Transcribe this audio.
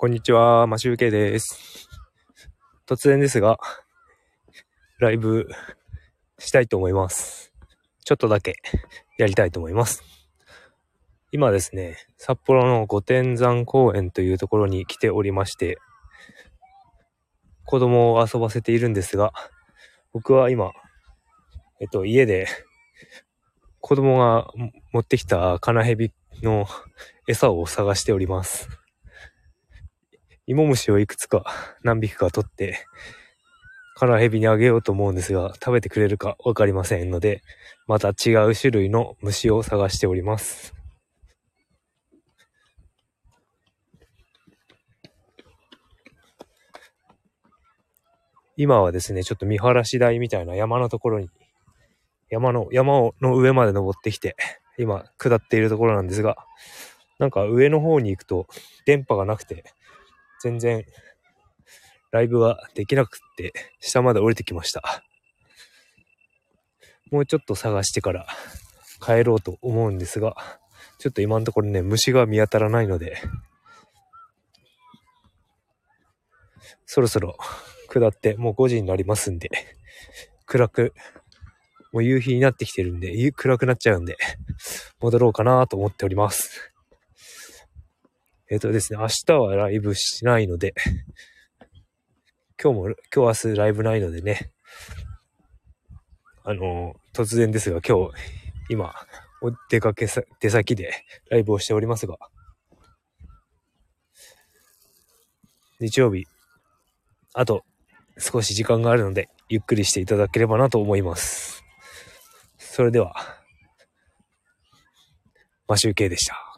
こんにちは、マシュウケイです。突然ですが、ライブしたいと思います。ちょっとだけやりたいと思います。今ですね、札幌の御殿山公園というところに来ておりまして、子供を遊ばせているんですが、僕は今、家で子供が持ってきたカナヘビの餌を探しております。芋虫をいくつか何匹か取ってカナヘビにあげようと思うんですが、食べてくれるかわかりませんので、また違う種類の虫を探しております。今はですね、ちょっと見晴らし台みたいな山のところに、山の上まで登ってきて、今下っているところなんですが、なんか上の方に行くと電波がなくて、全然ライブができなくって下まで降りてきました。もうちょっと探してから帰ろうと思うんですが、ちょっと今のところね、虫が見当たらないので、そろそろ下ってもう5時になりますんで、もう夕日になってきてるんで、暗くなっちゃうんで、戻ろうかなと思っております。ですね、明日はライブしないので、今日明日ライブないのでね、突然ですが今、出先でライブをしておりますが、日曜日、あと少し時間があるので、ゆっくりしていただければなと思います。それでは、マシュウケイでした。